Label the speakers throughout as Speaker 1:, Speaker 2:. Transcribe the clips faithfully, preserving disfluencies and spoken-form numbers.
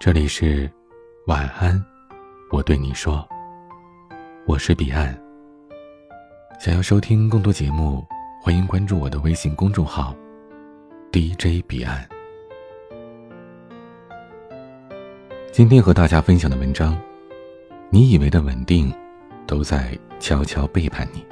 Speaker 1: 这里是晚安，我对你说，我是彼岸。想要收听更多节目，欢迎关注我的微信公众号 D J 彼岸。今天和大家分享的文章，你以为的稳定都在悄悄背叛你。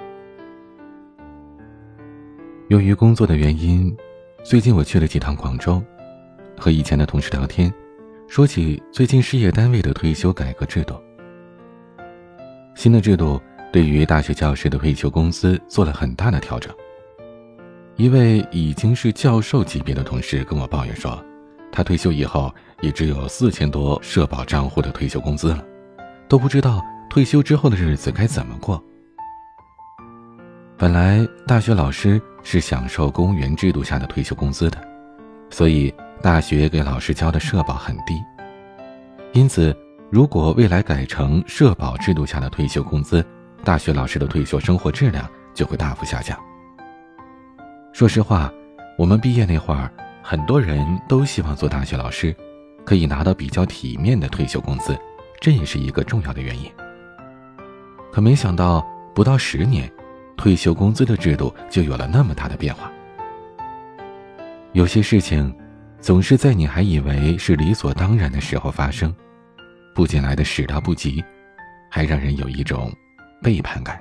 Speaker 1: 由于工作的原因，最近我去了几趟广州，和以前的同事聊天，说起最近事业单位的退休改革制度。新的制度对于大学教师的退休工资做了很大的调整。一位已经是教授级别的同事跟我抱怨说，他退休以后也只有四千多社保账户的退休工资了，都不知道退休之后的日子该怎么过。本来大学老师是享受公务员制度下的退休工资的，所以大学给老师交的社保很低，因此如果未来改成社保制度下的退休工资，大学老师的退休生活质量就会大幅下降。说实话，我们毕业那会儿，很多人都希望做大学老师，可以拿到比较体面的退休工资，这也是一个重要的原因。可没想到不到十年，退休工资的制度就有了那么大的变化。有些事情总是在你还以为是理所当然的时候发生，不仅来的始料不及，还让人有一种背叛感。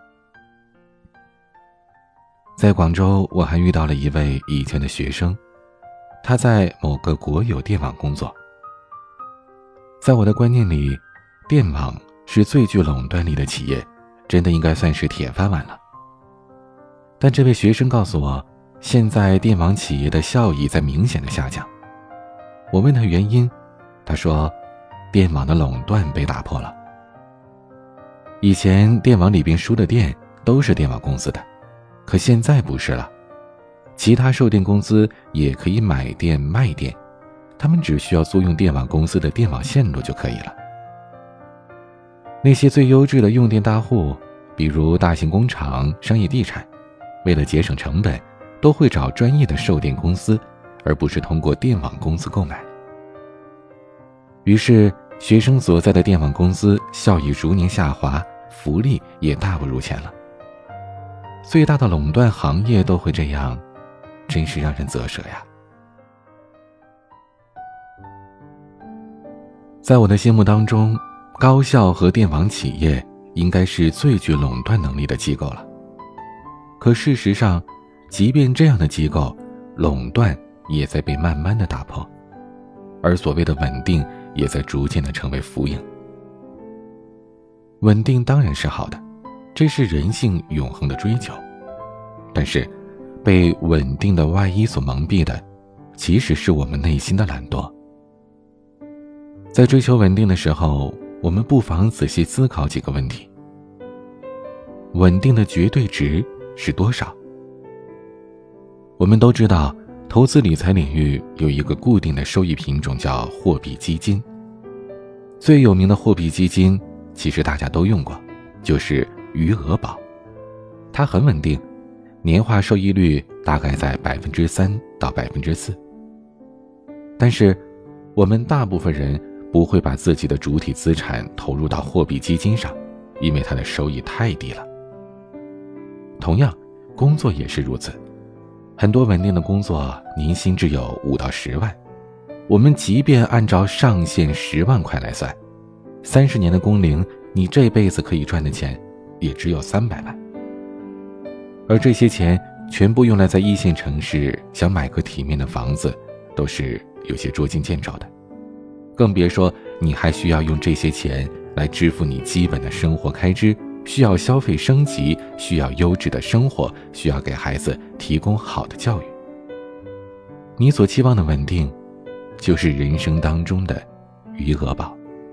Speaker 1: 在广州，我还遇到了一位以前的学生，他在某个国有电网工作。在我的观念里，电网是最具垄断力的企业，真的应该算是铁饭碗了。但这位学生告诉我，现在电网企业的效益在明显的下降。我问他原因，他说电网的垄断被打破了。以前电网里边输的电都是电网公司的，可现在不是了，其他售电公司也可以买电卖电，他们只需要租用电网公司的电网线路就可以了。那些最优质的用电大户，比如大型工厂、商业地产，为了节省成本，都会找专业的售电公司，而不是通过电网公司购买。于是学生所在的电网公司效益逐年下滑，福利也大不如前了。最大的垄断行业都会这样，真是让人啧舌呀。在我的心目当中，高校和电网企业应该是最具垄断能力的机构了。可事实上，即便这样的机构，垄断也在被慢慢的打破，而所谓的稳定也在逐渐的成为浮影。稳定当然是好的，这是人性永恒的追求，但是被稳定的外衣所蒙蔽的，其实是我们内心的懒惰。在追求稳定的时候，我们不妨仔细思考几个问题。稳定的绝对值是多少？我们都知道，投资理财领域有一个固定的收益品种叫货币基金。最有名的货币基金，其实大家都用过，就是余额宝。它很稳定，年化收益率大概在百分之三到百分之四。但是，我们大部分人不会把自己的主体资产投入到货币基金上，因为它的收益太低了。同样，工作也是如此。很多稳定的工作，年薪只有五到十万，我们即便按照上限十万块来算，三十年的工龄，你这辈子可以赚的钱也只有三百万。而这些钱全部用来在一线城市想买个体面的房子，都是有些捉襟见肘的。更别说你还需要用这些钱来支付你基本的生活开支，需要消费升级，需要优质的生活，需要给孩子提供好的教育。你所期望的稳定，就是人生当中的余额宝。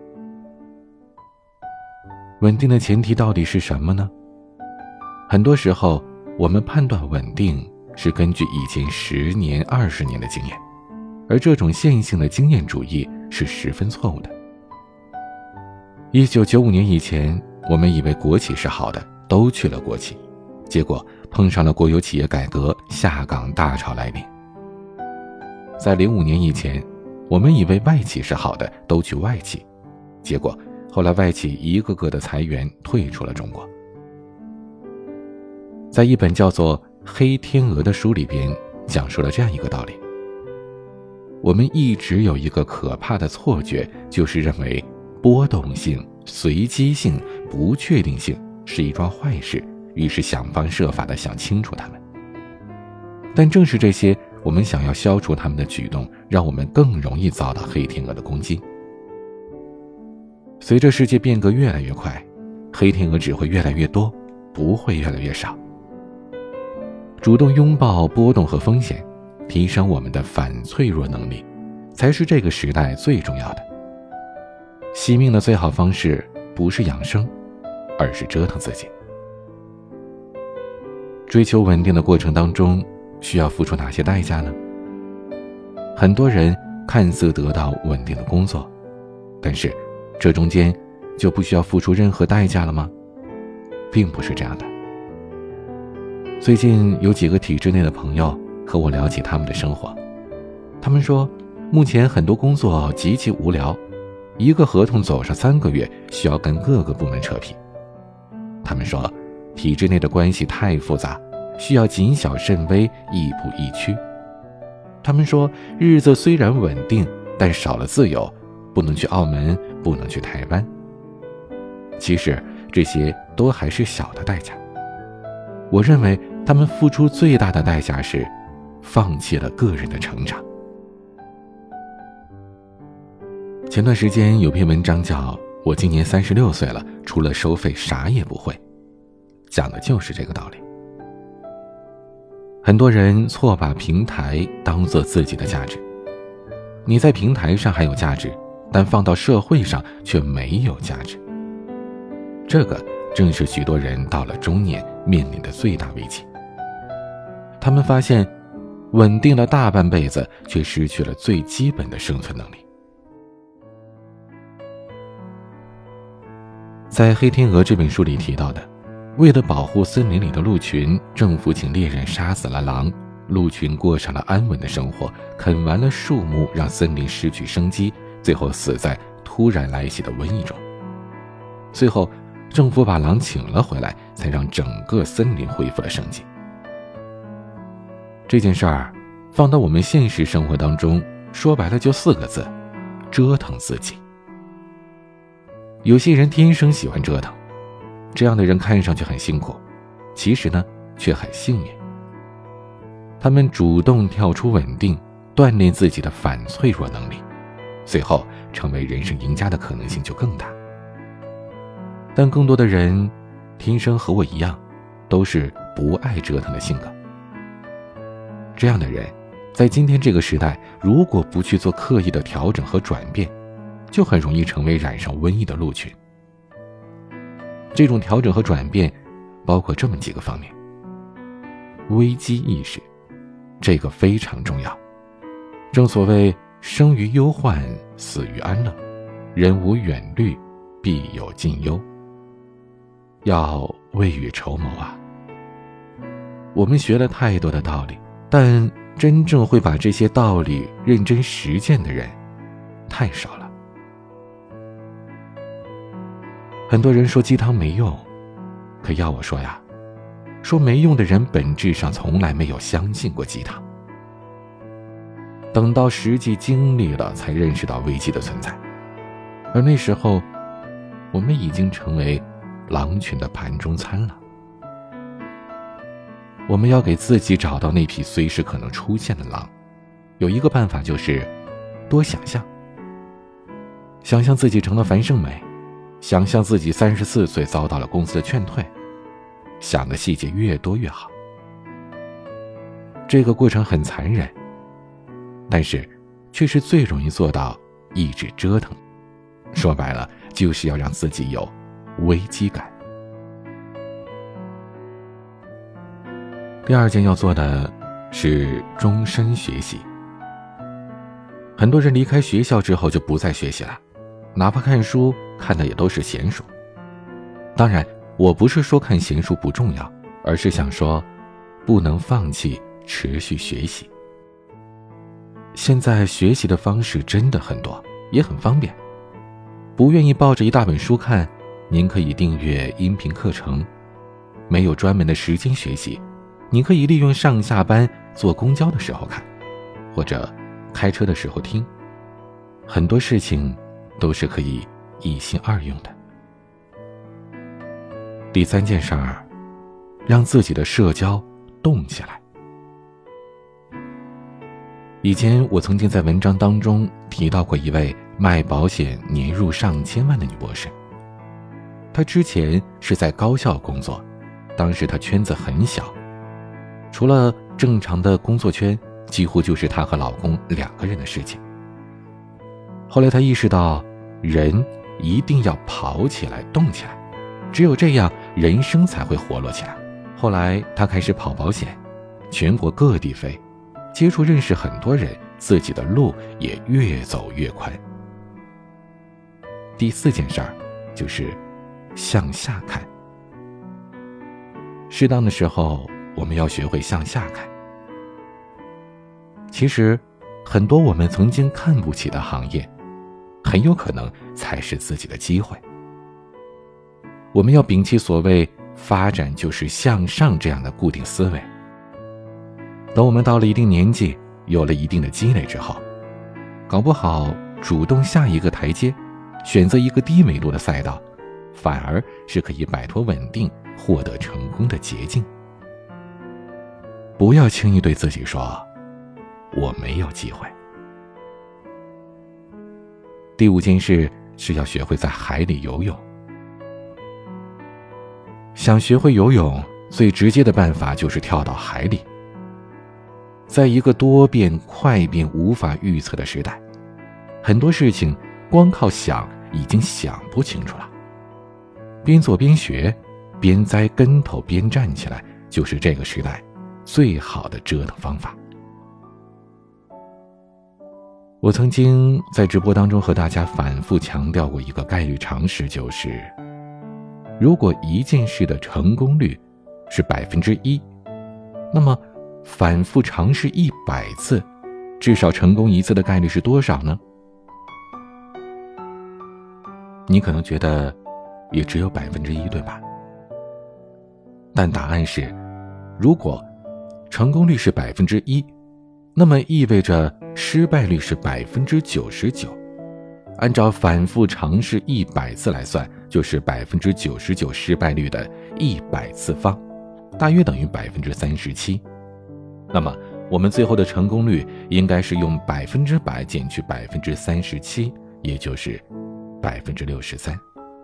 Speaker 1: 稳定的前提到底是什么呢？很多时候，我们判断稳定是根据以前十年、二十年的经验，而这种线性的经验主义是十分错误的。一九九五年以前，我们以为国企是好的，都去了国企，结果碰上了国有企业改革，下岗大潮来临。在零五年以前， 我们以为外企是好的，都去外企，结果后来外企一个个的裁员，退出了中国。在一本叫做《黑天鹅》的书里边，讲述了这样一个道理：我们一直有一个可怕的错觉，就是认为波动性、随机性、不确定性是一桩坏事，于是想方设法地想清楚它们。但正是这些我们想要消除它们的举动，让我们更容易遭到黑天鹅的攻击。随着世界变革越来越快，黑天鹅只会越来越多，不会越来越少。主动拥抱波动和风险，提升我们的反脆弱能力，才是这个时代最重要的。惜命的最好方式不是养生，而是折腾自己。追求稳定的过程当中，需要付出哪些代价呢？很多人看似得到稳定的工作，但是这中间就不需要付出任何代价了吗？并不是这样的。最近有几个体制内的朋友和我聊起他们的生活，他们说目前很多工作极其无聊，一个合同走上三个月，需要跟各个部门扯皮。他们说体制内的关系太复杂，需要谨小慎微，亦步亦趋。他们说日子虽然稳定，但少了自由，不能去澳门，不能去台湾。其实这些都还是小的代价。我认为他们付出最大的代价是放弃了个人的成长。前段时间有篇文章叫《我今年三十六岁了，除了收费啥也不会》，讲的就是这个道理。很多人错把平台当作自己的价值，你在平台上还有价值，但放到社会上却没有价值。这个正是许多人到了中年面临的最大危机。他们发现稳定了大半辈子，却失去了最基本的生存能力。在《黑天鹅》这本书里提到的，为了保护森林里的鹿群，政府请猎人杀死了狼，鹿群过上了安稳的生活，啃完了树木，让森林失去生机，最后死在突然来袭的瘟疫中。最后政府把狼请了回来，才让整个森林恢复了生机。这件事儿放到我们现实生活当中，说白了就四个字：折腾自己。有些人天生喜欢折腾，这样的人看上去很辛苦，其实呢却很幸运。他们主动跳出稳定，锻炼自己的反脆弱能力，最后成为人生赢家的可能性就更大。但更多的人天生和我一样，都是不爱折腾的性格。这样的人在今天这个时代，如果不去做刻意的调整和转变，就很容易成为染上瘟疫的鹿群。这种调整和转变包括这么几个方面。危机意识，这个非常重要。正所谓生于忧患，死于安乐，人无远虑，必有近忧。要未雨绸缪啊！我们学了太多的道理，但真正会把这些道理认真实践的人太少了。很多人说鸡汤没用，可要我说呀，说没用的人本质上从来没有相信过鸡汤。等到实际经历了，才认识到危机的存在，而那时候我们已经成为狼群的盘中餐了。我们要给自己找到那匹随时可能出现的狼，有一个办法就是多想象。想象自己成了樊胜美，想象自己三十四岁遭到了公司的劝退，想的细节越多越好。这个过程很残忍，但是却是最容易做到抑制折腾。说白了，就是要让自己有危机感。第二件要做的是终身学习。很多人离开学校之后就不再学习了，哪怕看书看的也都是闲书。当然，我不是说看闲书不重要，而是想说不能放弃持续学习。 现在学习的方式真的很多，也很方便。不愿意抱着一大本书看，您可以订阅音频课程。没有专门的时间学习，你可以利用上下班坐公交的时候看，或者开车的时候听。很多事情都是可以一心二用的。第三件事儿，让自己的社交动起来。以前我曾经在文章当中提到过一位卖保险年入上千万的女博士。她之前是在高校工作，当时她圈子很小，除了正常的工作圈，几乎就是她和老公两个人的事情。后来她意识到，人一定要跑起来动起来，只有这样人生才会活络起来。后来她开始跑保险，全国各地飞，接触认识很多人，自己的路也越走越宽。第四件事儿就是向下看。适当的时候，我们要学会向下看。其实，很多我们曾经看不起的行业，很有可能才是自己的机会。我们要摒弃所谓发展就是向上这样的固定思维。等我们到了一定年纪，有了一定的积累之后，搞不好主动下一个台阶，选择一个低纬度的赛道，反而是可以摆脱稳定，获得成功的捷径。不要轻易对自己说我没有机会。第五件事是要学会在海里游泳。想学会游泳，最直接的办法就是跳到海里。在一个多变、快变、无法预测的时代，很多事情光靠想已经想不清楚了。边做边学，边栽跟头边站起来，就是这个时代最好的折腾方法。我曾经在直播当中和大家反复强调过一个概率常识，就是如果一件事的成功率是百分之一，那么反复尝试一百次，至少成功一次的概率是多少呢？你可能觉得也只有百分之一，对吧？但答案是，如果成功率是百分之一，那么意味着失败率是百分之九十九。按照反复尝试一百次来算，就是百分之九十九失败率的一百次方，大约等于百分之三十七。那么我们最后的成功率应该是用百分之百减去百分之三十七，也就是百分之六十三。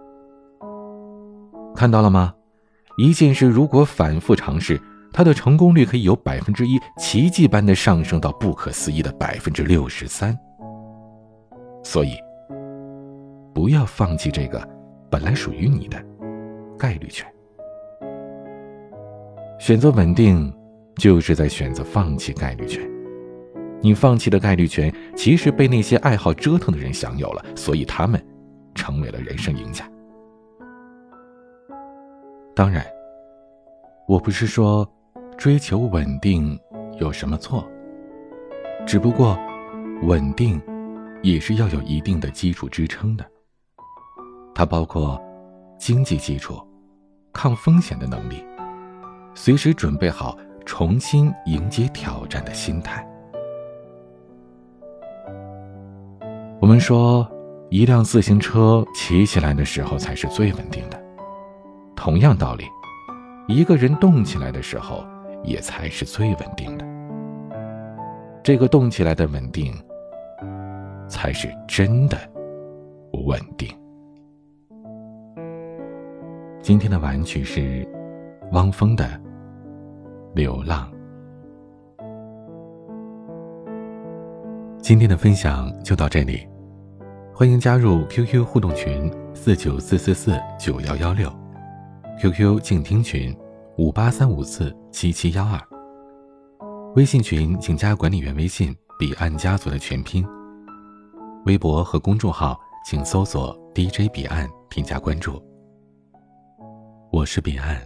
Speaker 1: 看到了吗？一件事如果反复尝试，它的成功率可以由百分之一奇迹般的上升到不可思议的百分之六十三。所以，不要放弃这个本来属于你的概率权。选择稳定，就是在选择放弃概率权。你放弃的概率权，其实被那些爱好折腾的人享有了，所以他们成为了人生赢家。当然，我不是说追求稳定有什么错，只不过稳定也是要有一定的基础支撑的。它包括经济基础、抗风险的能力，随时准备好重新迎接挑战的心态。我们说，一辆自行车骑起来的时候才是最稳定的。同样道理，一个人动起来的时候也才是最稳定的。这个动起来的稳定，才是真的稳定。今天的晚曲是汪峰的《流浪》。今天的分享就到这里，欢迎加入 Q Q 互动群四九四四四九一一六， Q Q 静听群五八三五四七七一二，微信群请加管理员微信彼岸家族的全拼，微博和公众号请搜索 D J 彼岸添加关注。我是彼岸，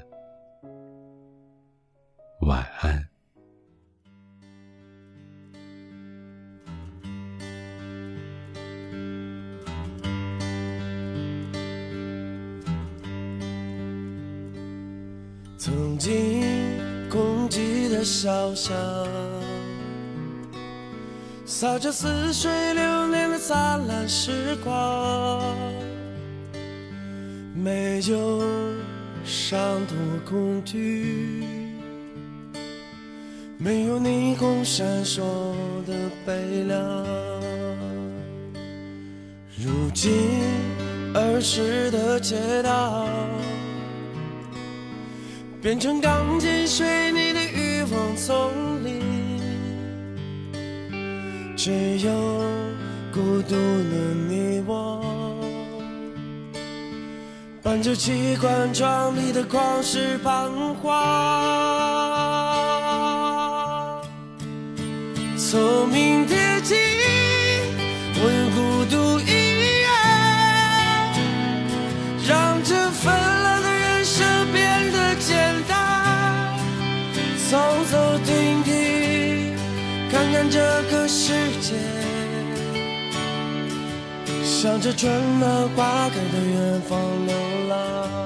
Speaker 1: 晚安。
Speaker 2: 曾经空寂的小巷，洒着似水流年的灿烂时光，没有伤痛和恐惧，没有霓虹闪烁的悲凉。如今儿时的街道变成钢筋水泥的欲望丛林，只有孤独的你我，伴着气管窗里的旷世彷徨。从明天起，我用孤独一人，让这纷乱的人生变得简单，走走停停，看看这个世界，向着春暖花开的远方流浪。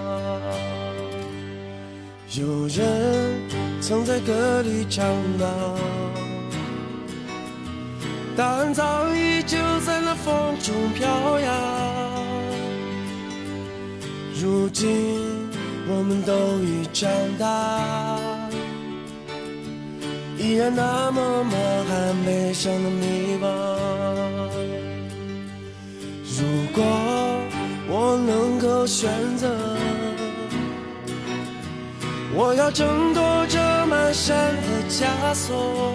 Speaker 2: 有人曾在歌里唱到，答案早已就在那风中飘扬。如今我们都已长大，依然那么满含悲伤的迷惘。如果我能够选择，我要挣脱这满身的枷锁。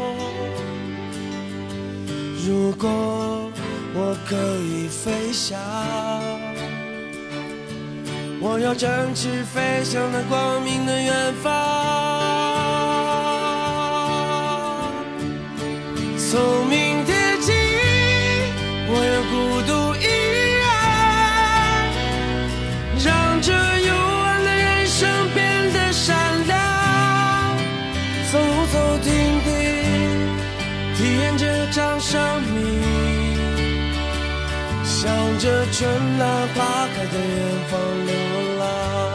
Speaker 2: 如果我可以飞翔，我要展翅飞向那光明的远方。从明天起，我要孤独一人，让这幽暗的人生变得闪亮，走走停停，体验这场生命，向着春暖花开的远方流浪。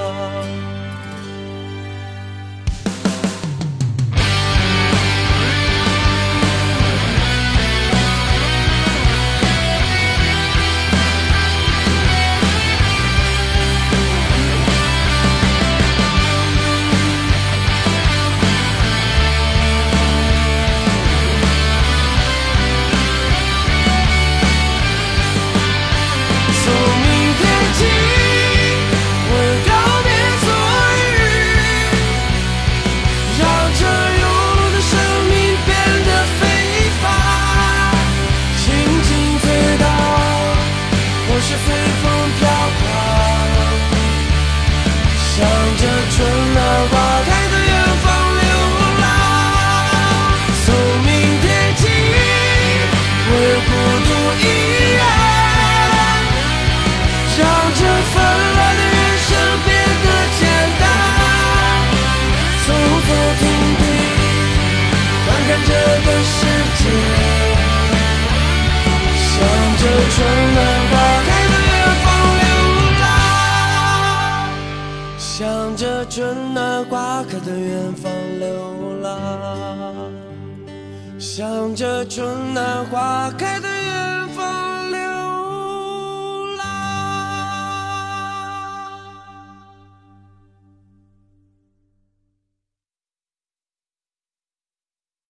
Speaker 2: 春暖花开的远方流浪，向着春暖花开的远方流浪，向着春暖花开